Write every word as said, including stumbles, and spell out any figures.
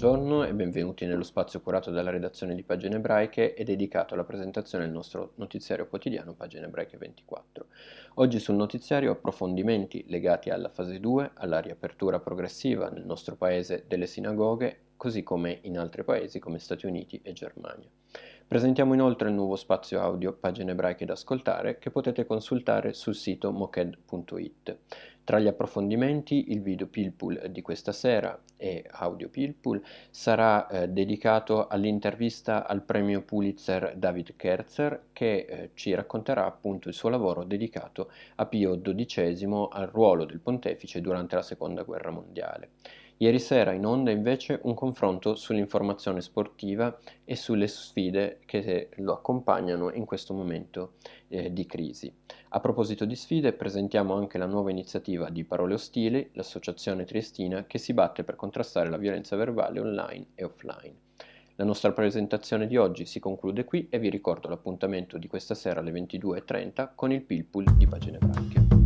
Buongiorno e benvenuti nello spazio curato dalla redazione di Pagine Ebraiche e dedicato alla presentazione del nostro notiziario quotidiano Pagine Ebraiche ventiquattro. Oggi sul notiziario approfondimenti legati alla fase due, alla riapertura progressiva nel nostro paese delle sinagoghe, così come in altri paesi come Stati Uniti e Germania. Presentiamo inoltre il nuovo spazio audio Pagine Ebraiche da ascoltare che potete consultare sul sito moked punto it. Tra gli approfondimenti il video Pilpul di questa sera e audio Pilpul sarà eh, dedicato all'intervista al premio Pulitzer David Kerzer che eh, ci racconterà appunto il suo lavoro dedicato a Pio dodicesimo al ruolo del pontefice durante la seconda guerra mondiale. Ieri sera in onda invece un confronto sull'informazione sportiva e sulle sfide che lo accompagnano in questo momento eh, di crisi. A proposito di sfide, presentiamo anche la nuova iniziativa di Parole Ostili, l'associazione triestina che si batte per contrastare la violenza verbale online e offline. La nostra presentazione di oggi si conclude qui e vi ricordo l'appuntamento di questa sera alle ventidue e trenta con il Pilpul di Pagine Ebraiche.